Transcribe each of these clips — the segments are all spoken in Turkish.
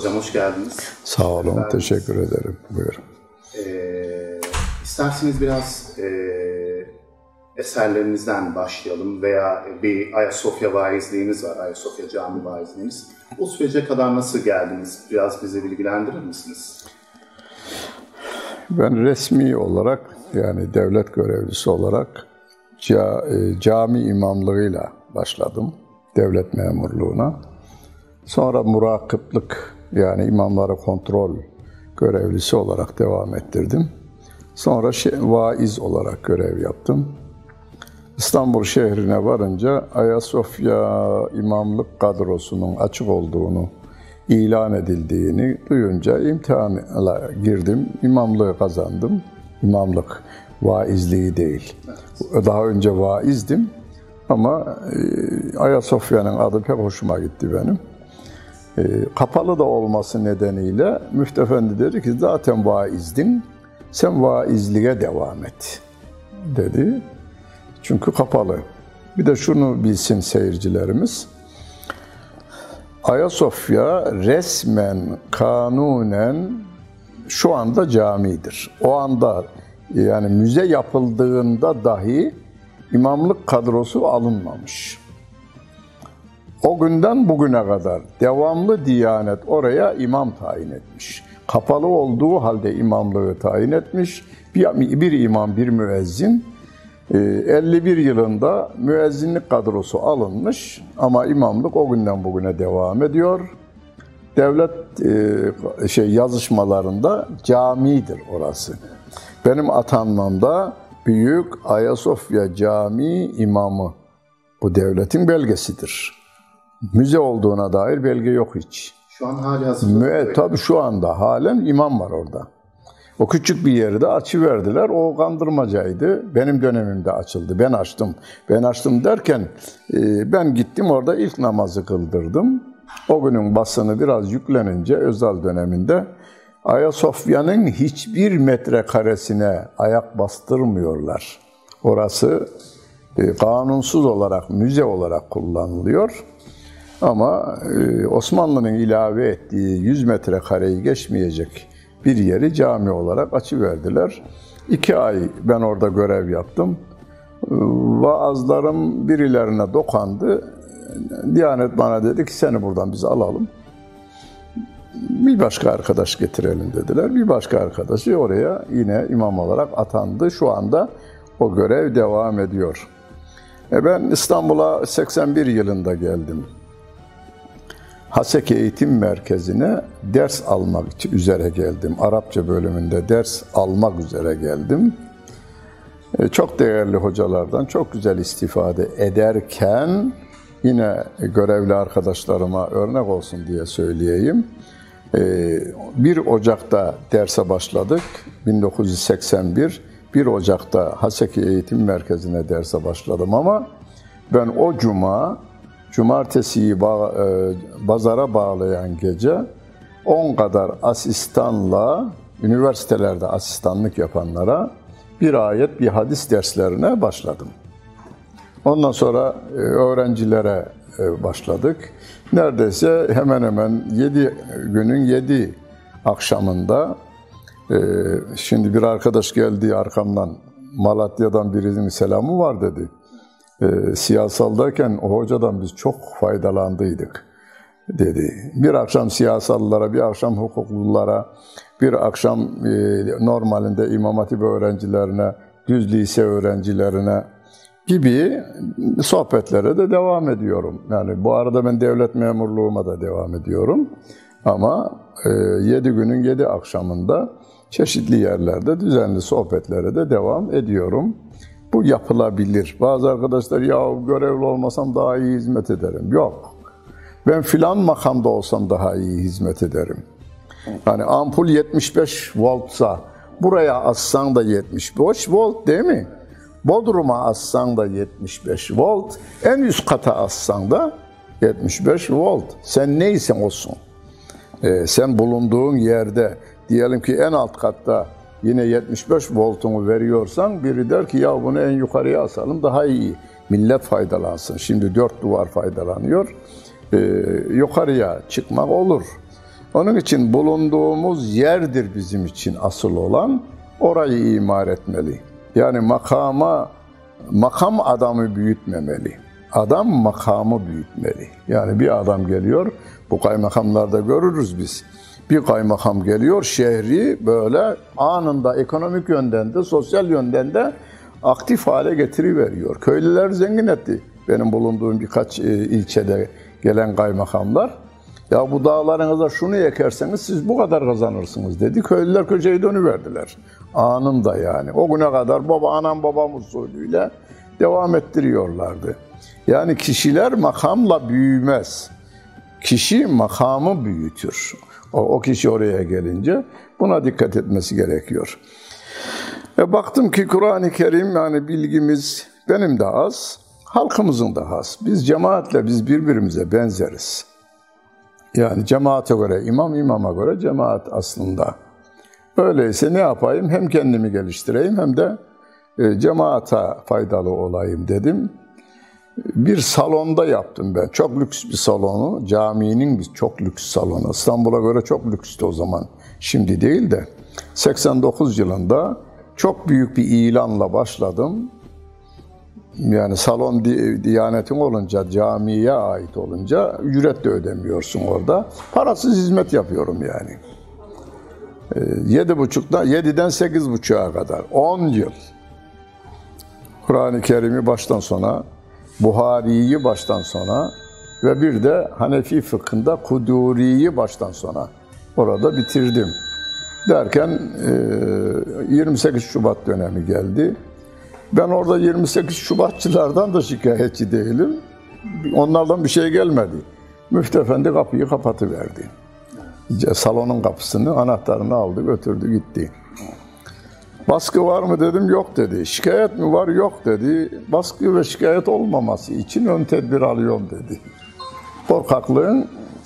Hocam hoş geldiniz. Sağ olun, teşekkür ederim. Buyurun. İsterseniz biraz eserlerinizden başlayalım veya bir Ayasofya vaizliğiniz var, Ayasofya Cami vaizliğiniz. O sürece kadar nasıl geldiniz? Biraz bizi bilgilendirir misiniz? Ben resmi olarak, yani devlet görevlisi olarak cami imamlığıyla başladım, devlet memurluğuna. Sonra murakiplik, yani imamları kontrol görevlisi olarak devam ettirdim. Sonra vaiz olarak görev yaptım. İstanbul şehrine varınca Ayasofya imamlık kadrosunun açık olduğunu ilan edildiğini duyunca imtihana girdim. İmamlığı kazandım. İmamlık, vaizliği değil. Daha önce vaizdim ama Ayasofya'nın adı pek hoşuma gitti benim. Kapalı da olması nedeniyle Müftü Efendi dedi ki zaten vaizdin, sen vaizliğe devam et dedi. Çünkü kapalı. Bir de şunu bilsin seyircilerimiz. Ayasofya resmen, kanunen şu anda camidir. O anda, yani müze yapıldığında dahi imamlık kadrosu alınmamış. O günden bugüne kadar devamlı Diyanet oraya imam tayin etmiş. Kapalı olduğu halde imamlığı tayin etmiş. Bir imam, bir müezzin. 51 yılında müezzinlik kadrosu alınmış ama imamlık o günden bugüne devam ediyor. Devlet yazışmalarında camidir orası. Benim atanmamda Büyük Ayasofya Camii imamı bu devletin belgesidir. Müze olduğuna dair belge yok hiç. Şu an hali hazırda. Tabii şu anda halen imam var orada. O küçük bir yeri de açıverdiler. O kandırmacaydı. Benim dönemimde açıldı. Ben açtım. Ben açtım derken ben gittim orada ilk namazı kıldırdım. O günün basını biraz yüklenince özel döneminde Ayasofya'nın hiçbir metrekaresine ayak bastırmıyorlar. Orası kanunsuz olarak, müze olarak kullanılıyor. Ama Osmanlı'nın ilave ettiği 100 metrekareyi geçmeyecek bir yeri cami olarak açıverdiler. 2 ay ben orada görev yaptım. Vaazlarım birilerine dokandı. Diyanet bana dedi ki seni buradan biz alalım. Bir başka arkadaş getirelim dediler. Bir başka arkadaşı oraya yine imam olarak atandı. Şu anda o görev devam ediyor. Ben İstanbul'a 81 yılında geldim. Haseki Eğitim Merkezi'ne ders almak üzere geldim. Arapça bölümünde ders almak üzere geldim. Çok değerli hocalardan çok güzel istifade ederken yine görevli arkadaşlarıma örnek olsun diye söyleyeyim. 1 Ocak'ta derse başladık. 1981. 1 Ocak'ta Haseki Eğitim Merkezi'ne derse başladım ama ben o cumartesiyi pazara bağlayan gece 10 kadar asistanla, üniversitelerde asistanlık yapanlara bir ayet, bir hadis derslerine başladım. Ondan sonra öğrencilere başladık. Neredeyse hemen hemen 7 günün 7 akşamında şimdi bir arkadaş geldi arkamdan, Malatya'dan birinin selamı var dedi. Siyasaldayken o hocadan biz çok faydalandıydık dedi. Bir akşam siyasallara, bir akşam hukuklulara, bir akşam normalinde İmam Hatip öğrencilerine, düz lise öğrencilerine gibi sohbetlere de devam ediyorum. Yani bu arada ben devlet memurluğuma da devam ediyorum. Ama 7 günün 7 akşamında çeşitli yerlerde düzenli sohbetlere de devam ediyorum. Bu yapılabilir. Bazı arkadaşlar ya görevli olmasam daha iyi hizmet ederim. Yok. Ben filan makamda olsam daha iyi hizmet ederim. Yani ampul 75 voltsa buraya assan da 75 volt değil mi? Bodrum'a assan da 75 volt. En üst kata assan da 75 volt. Sen neysen olsun. Sen bulunduğun yerde diyelim ki en alt katta yine 75 voltunu veriyorsan biri der ki ya bunu en yukarıya asalım daha iyi. Millet faydalansın. Şimdi 4 duvar faydalanıyor. Yukarıya çıkmak olur. Onun için bulunduğumuz yerdir bizim için asıl olan, orayı imar etmeli. Yani makam adamı büyütmemeli. Adam makamı büyütmeli. Yani bir adam geliyor, bu kaymakamlarda görürüz biz. Bir kaymakam geliyor, şehri böyle anında ekonomik yönden de, sosyal yönden de aktif hale getiriveriyor. Köylüler zengin etti. Benim bulunduğum birkaç ilçede gelen kaymakamlar. Ya bu dağlarınıza şunu ekerseniz siz bu kadar kazanırsınız dedi. Köylüler köşeyi dönüverdiler. Anında yani. O güne kadar anam babam usulüyle devam ettiriyorlardı. Yani kişiler makamla büyümez. Kişi makamı büyütür. O kişi oraya gelince buna dikkat etmesi gerekiyor. Baktım ki Kur'an-ı Kerim, yani bilgimiz benim de az, halkımızın da az. Biz cemaatle birbirimize benzeriz. Yani cemaate göre imam, imama göre cemaat aslında. Öyleyse ne yapayım? Hem kendimi geliştireyim hem de cemaate faydalı olayım dedim. Bir salonda yaptım ben. Çok lüks bir salonu. Caminin bir çok lüks salonu. İstanbul'a göre çok lükstü o zaman. Şimdi değil de. 89 yılında çok büyük bir ilanla başladım. Yani salon diyanetin olunca, camiye ait olunca ücret de ödemiyorsun orada. Parasız hizmet yapıyorum yani. 7'den 8.30'a kadar 10 yıl. Kur'an-ı Kerim'i baştan sona, Buhari'yi baştan sona ve bir de Hanefi fıkhında Kuduri'yi baştan sona orada bitirdim. Derken 28 Şubat dönemi geldi. Ben orada 28 Şubatçılardan da şikayetçi değilim. Onlardan bir şey gelmedi. Müftü Efendi kapıyı kapatıverdi. Salonun kapısını, anahtarını aldı, götürdü, gitti. Baskı var mı dedim, yok dedi. Şikayet mi var, yok dedi. Baskı ve şikayet olmaması için ön tedbir alıyorum dedi. Korkaklığın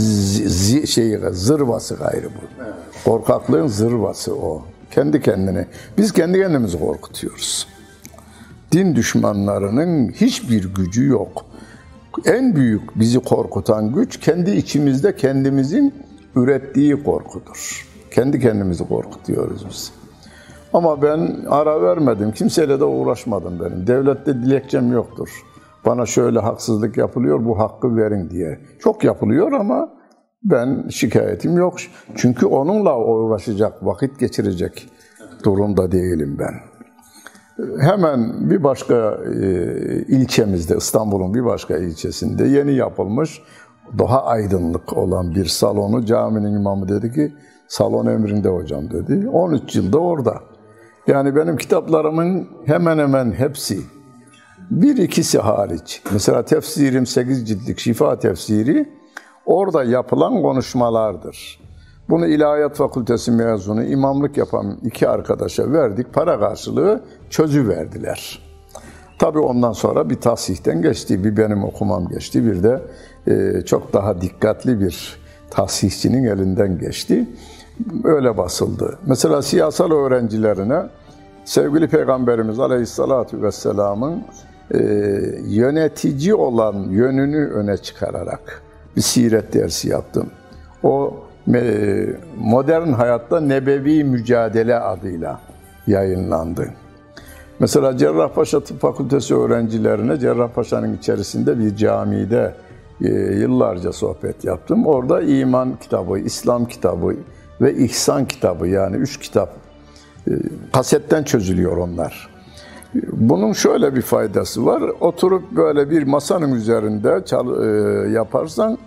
zırvası gayrı bu. Korkaklığın zırvası o. Kendi kendine. Biz kendi kendimizi korkutuyoruz. Din düşmanlarının hiçbir gücü yok. En büyük bizi korkutan güç kendi içimizde kendimizin ürettiği korkudur. Kendi kendimizi korkutuyoruz biz. Ama ben ara vermedim. Kimseyle de uğraşmadım benim. Devlette dilekçem yoktur. Bana şöyle haksızlık yapılıyor, bu hakkı verin diye. Çok yapılıyor ama ben şikayetim yok. Çünkü onunla uğraşacak, vakit geçirecek durumda değilim ben. Hemen bir başka ilçemizde, İstanbul'un bir başka ilçesinde yeni yapılmış, daha aydınlık olan bir salonu caminin imamı dedi ki, salon emrinde hocam dedi. 13 yılda orada. Yani benim kitaplarımın hemen hemen hepsi, bir ikisi hariç. Mesela tefsirim 8 ciltlik Şifa tefsiri orada yapılan konuşmalardır. Bunu İlahiyat Fakültesi mezunu imamlık yapan 2 arkadaşa verdik. Para karşılığı çözüverdiler. Tabii ondan sonra bir tahsihten geçti. Bir benim okumam geçti. Bir de çok daha dikkatli bir tahsihçinin elinden geçti. Öyle basıldı. Mesela siyasal öğrencilerine sevgili Peygamberimiz Aleyhisselatü Vesselam'ın yönetici olan yönünü öne çıkararak bir siret dersi yaptım. O modern hayatta nebevi mücadele adıyla yayınlandı. Mesela Cerrahpaşa Tıp Fakültesi öğrencilerine Cerrahpaşa'nın içerisinde bir camide yıllarca sohbet yaptım. Orada iman kitabı, İslam kitabı ve İhsan kitabı, yani 3 kitap kasetten çözülüyor onlar. Bunun şöyle bir faydası var. Oturup böyle bir masanın üzerinde yaparsan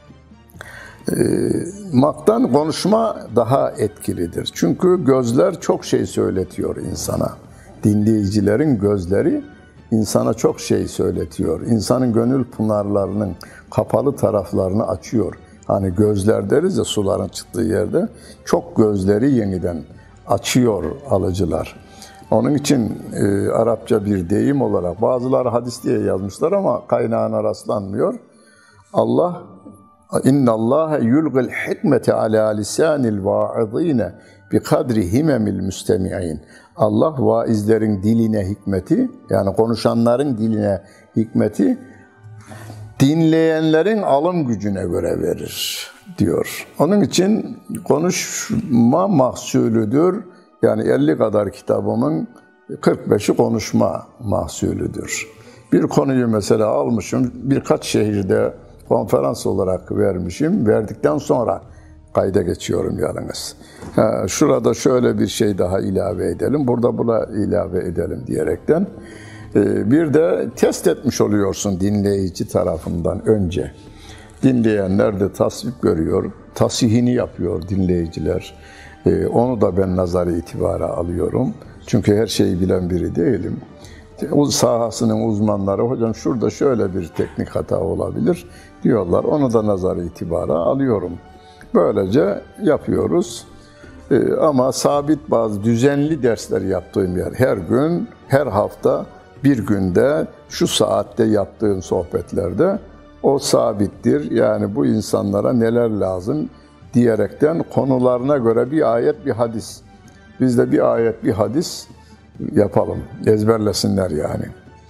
maktan konuşma daha etkilidir. Çünkü gözler çok şey söyletiyor insana. Dinleyicilerin gözleri insana çok şey söyletiyor. İnsanın gönül pınarlarının kapalı taraflarını açıyor. Hani gözler deriz ya, suların çıktığı yerde. Çok gözleri yeniden açıyor alıcılar. Onun için Arapça bir deyim olarak bazıları hadis diye yazmışlar ama kaynağına rastlanmıyor. Allah İnna Allaha yulgil hikmete ala lisanil vaizine bi kadri himemil müstemi'in. Allah vaizlerin diline hikmeti, yani konuşanların diline hikmeti dinleyenlerin alım gücüne göre verir. diyor. Onun için konuşma mahsulüdür. Yani 50 kadar kitabımın 45'i konuşma mahsulüdür. Bir konuyu mesela almışım, birkaç şehirde konferans olarak vermişim. Verdikten sonra kayda geçiyorum yalnız. Şurada şöyle bir şey daha ilave edelim, burada buna ilave edelim diyerekten. Bir de test etmiş oluyorsun dinleyici tarafından önce. Dinleyenler de tasvip görüyor, tasihini yapıyor dinleyiciler. Onu da ben nazar itibara alıyorum. Çünkü her şeyi bilen biri değilim. Sahasının uzmanları, hocam şurada şöyle bir teknik hata olabilir diyorlar. Onu da nazar itibara alıyorum. Böylece yapıyoruz. Ama sabit bazı düzenli dersler yaptığım yer. Her gün, her hafta bir günde şu saatte yaptığım sohbetlerde o sabittir. Yani bu insanlara neler lazım diyerekten konularına göre bir ayet, bir hadis. Biz de bir ayet, bir hadis yapalım. Ezberlesinler yani.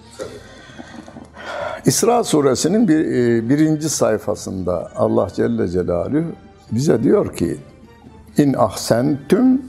İsra suresinin birinci sayfasında Allah Celle Celaluhu bize diyor ki İn ahsentüm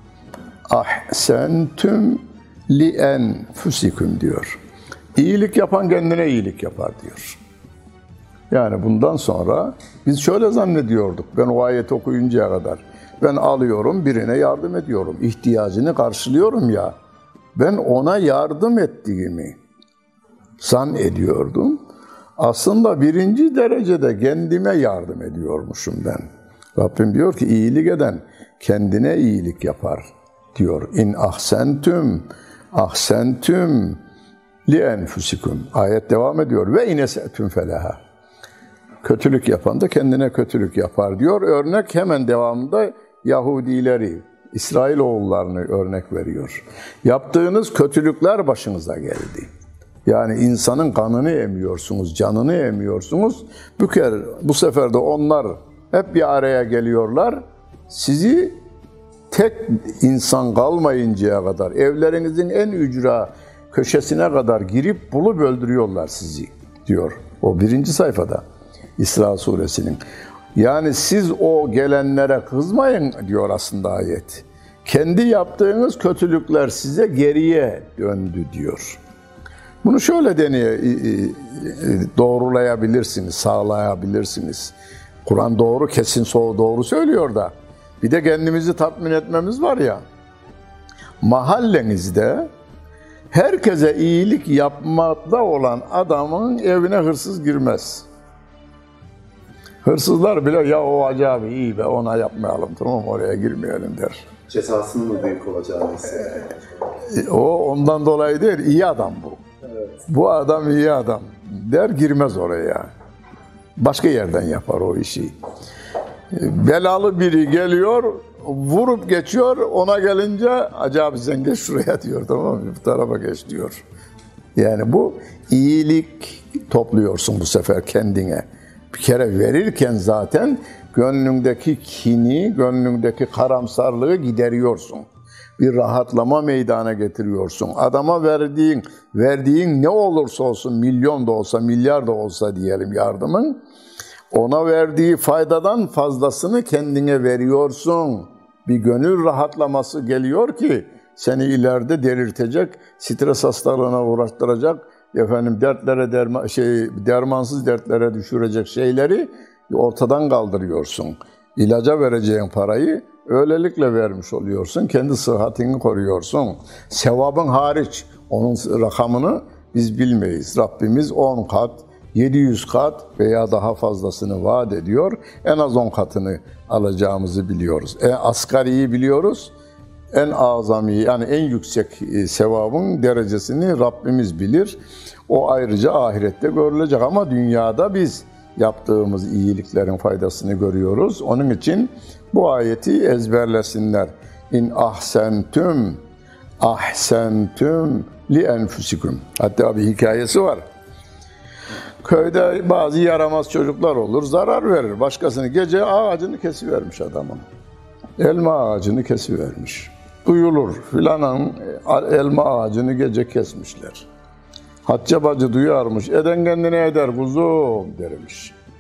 ahsentüm li enfusikum diyor. İyilik yapan kendine iyilik yapar diyor. Yani bundan sonra biz şöyle zannediyorduk. Ben o ayeti okuyuncaya kadar. Ben alıyorum, birine yardım ediyorum. İhtiyacını karşılıyorum ya. Ben ona yardım ettiğimi zannediyordum. Aslında birinci derecede kendime yardım ediyormuşum ben. Rabbim diyor ki iyilik eden kendine iyilik yapar diyor. İn ahsentüm ahsentüm li enfusikum. Ayet devam ediyor. Ve in esetüm feleha. Kötülük yapan da kendine kötülük yapar diyor. Örnek hemen devamında Yahudileri, İsrailoğullarını örnek veriyor. Yaptığınız kötülükler başınıza geldi. Yani insanın kanını emiyorsunuz, canını emiyorsunuz. Bu sefer de onlar hep bir araya geliyorlar. Sizi tek insan kalmayıncaya kadar, evlerinizin en ücra köşesine kadar girip bulup öldürüyorlar sizi diyor. O birinci sayfada İsra suresinin. Yani siz o gelenlere kızmayın diyor aslında ayet. Kendi yaptığınız kötülükler size geriye döndü diyor. Bunu şöyle doğrulayabilirsiniz, sağlayabilirsiniz. Kur'an doğru, kesin doğru söylüyor da. Bir de kendimizi tatmin etmemiz var ya. Mahallenizde herkese iyilik yapmakta olan adamın evine hırsız girmez. Hırsızlar bile ya o acaba iyi be ona yapmayalım, tamam oraya girmeyelim der. Cezasının mı büyük olacağını hissediyor. O ondan dolayı değil, iyi adam bu. Evet. Bu adam iyi adam der, girmez oraya. Başka yerden yapar o işi. Belalı biri geliyor, vurup geçiyor, ona gelince acaba sen geç şuraya diyor, tamam mı? Bu tarafa geç diyor. Yani bu iyilik topluyorsun bu sefer kendine. Bir kere verirken zaten gönlündeki kini, gönlündeki karamsarlığı gideriyorsun. Bir rahatlama meydana getiriyorsun. Adama verdiğin ne olursa olsun, milyon da olsa, milyar da olsa diyelim yardımın, ona verdiği faydadan fazlasını kendine veriyorsun. Bir gönül rahatlaması geliyor ki seni ileride delirtecek, stres hastalığına uğraştıracak, dermansız dertlere düşürecek şeyleri ortadan kaldırıyorsun. İlaca vereceğin parayı öylelikle vermiş oluyorsun. Kendi sıhhatini koruyorsun. Sevabın hariç, onun rakamını biz bilmeyiz. Rabbimiz 10 kat, 700 kat veya daha fazlasını vaat ediyor. En az 10 katını alacağımızı biliyoruz. Asgariyi biliyoruz. En azami, yani en yüksek sevabın derecesini Rabbimiz bilir. O ayrıca ahirette görülecek ama dünyada biz yaptığımız iyiliklerin faydasını görüyoruz. Onun için bu ayeti ezberlesinler. İn ahsentüm ahsentüm li enfusikum. Hatta bir hikayesi var. Köyde bazı yaramaz çocuklar olur, zarar verir. Başkasını gece ağacını kesivermiş adamın. Elma ağacını kesivermiş. Duyulur filanın elma ağacını gece kesmişler. Hatice bacı duyarmış. Eden kendine eder kuzum dermiş.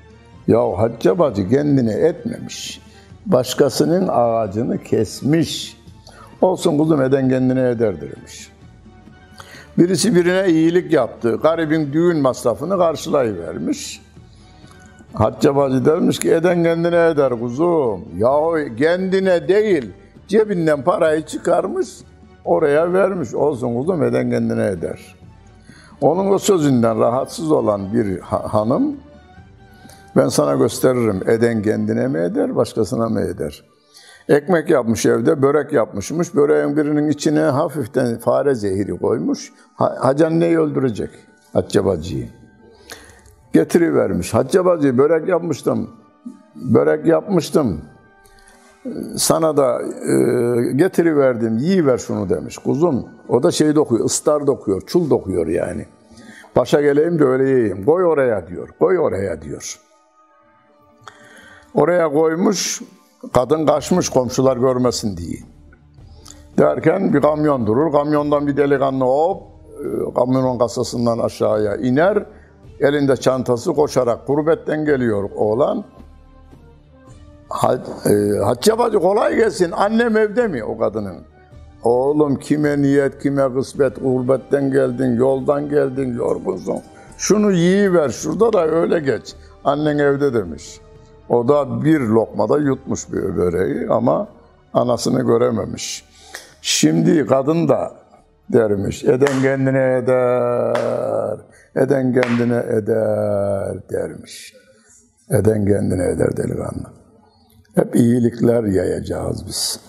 Ya Hatice bacı kendine etmemiş. Başkasının ağacını kesmiş. Olsun kuzum, eden kendine eder demiş. Birisi birine iyilik yaptı. Garibin düğün masrafını karşılayıvermiş. Hatice bacı dermiş ki eden kendine eder kuzum. Yahu kendine değil, cebinden parayı çıkarmış, oraya vermiş. Olsun kuzum, eden kendine eder. Onun o sözünden rahatsız olan bir hanım, ben sana gösteririm, eden kendine mi eder, başkasına mı eder? Ekmek yapmış evde, börek yapmışmış. Böreğin birinin içine hafiften fare zehiri koymuş. Hacı neyi öldürecek? Hatice bacıyı. Getirivermiş. Hatice bacı, börek yapmıştım. Sana da getiriverdim, yiyiver şunu demiş. Kuzum, o da şey dokuyor, ıstar dokuyor, çul dokuyor yani. Başa geleyim de öyle yiyeyim. Koy oraya diyor, koy oraya diyor. Oraya koymuş, kadın kaçmış komşular görmesin diye. Derken bir kamyon durur, kamyondan bir delikanlı hop, kamyonun kasasından aşağıya iner, elinde çantası koşarak, gurbetten geliyor oğlan. Hatice bacı kolay gelsin, annem evde mi o kadının? Oğlum kime niyet, kime kısmet, gurbetten geldin, yoldan geldin, yorgunsun. Şunu yiyiver, şurada da öyle geç. Annen evde demiş. O da bir lokmada yutmuş bir böreği ama anasını görememiş. Şimdi kadın da dermiş, eden kendine eder, eden kendine eder dermiş. Eden kendine eder delikanlı. Hep iyilikler yayacağız biz.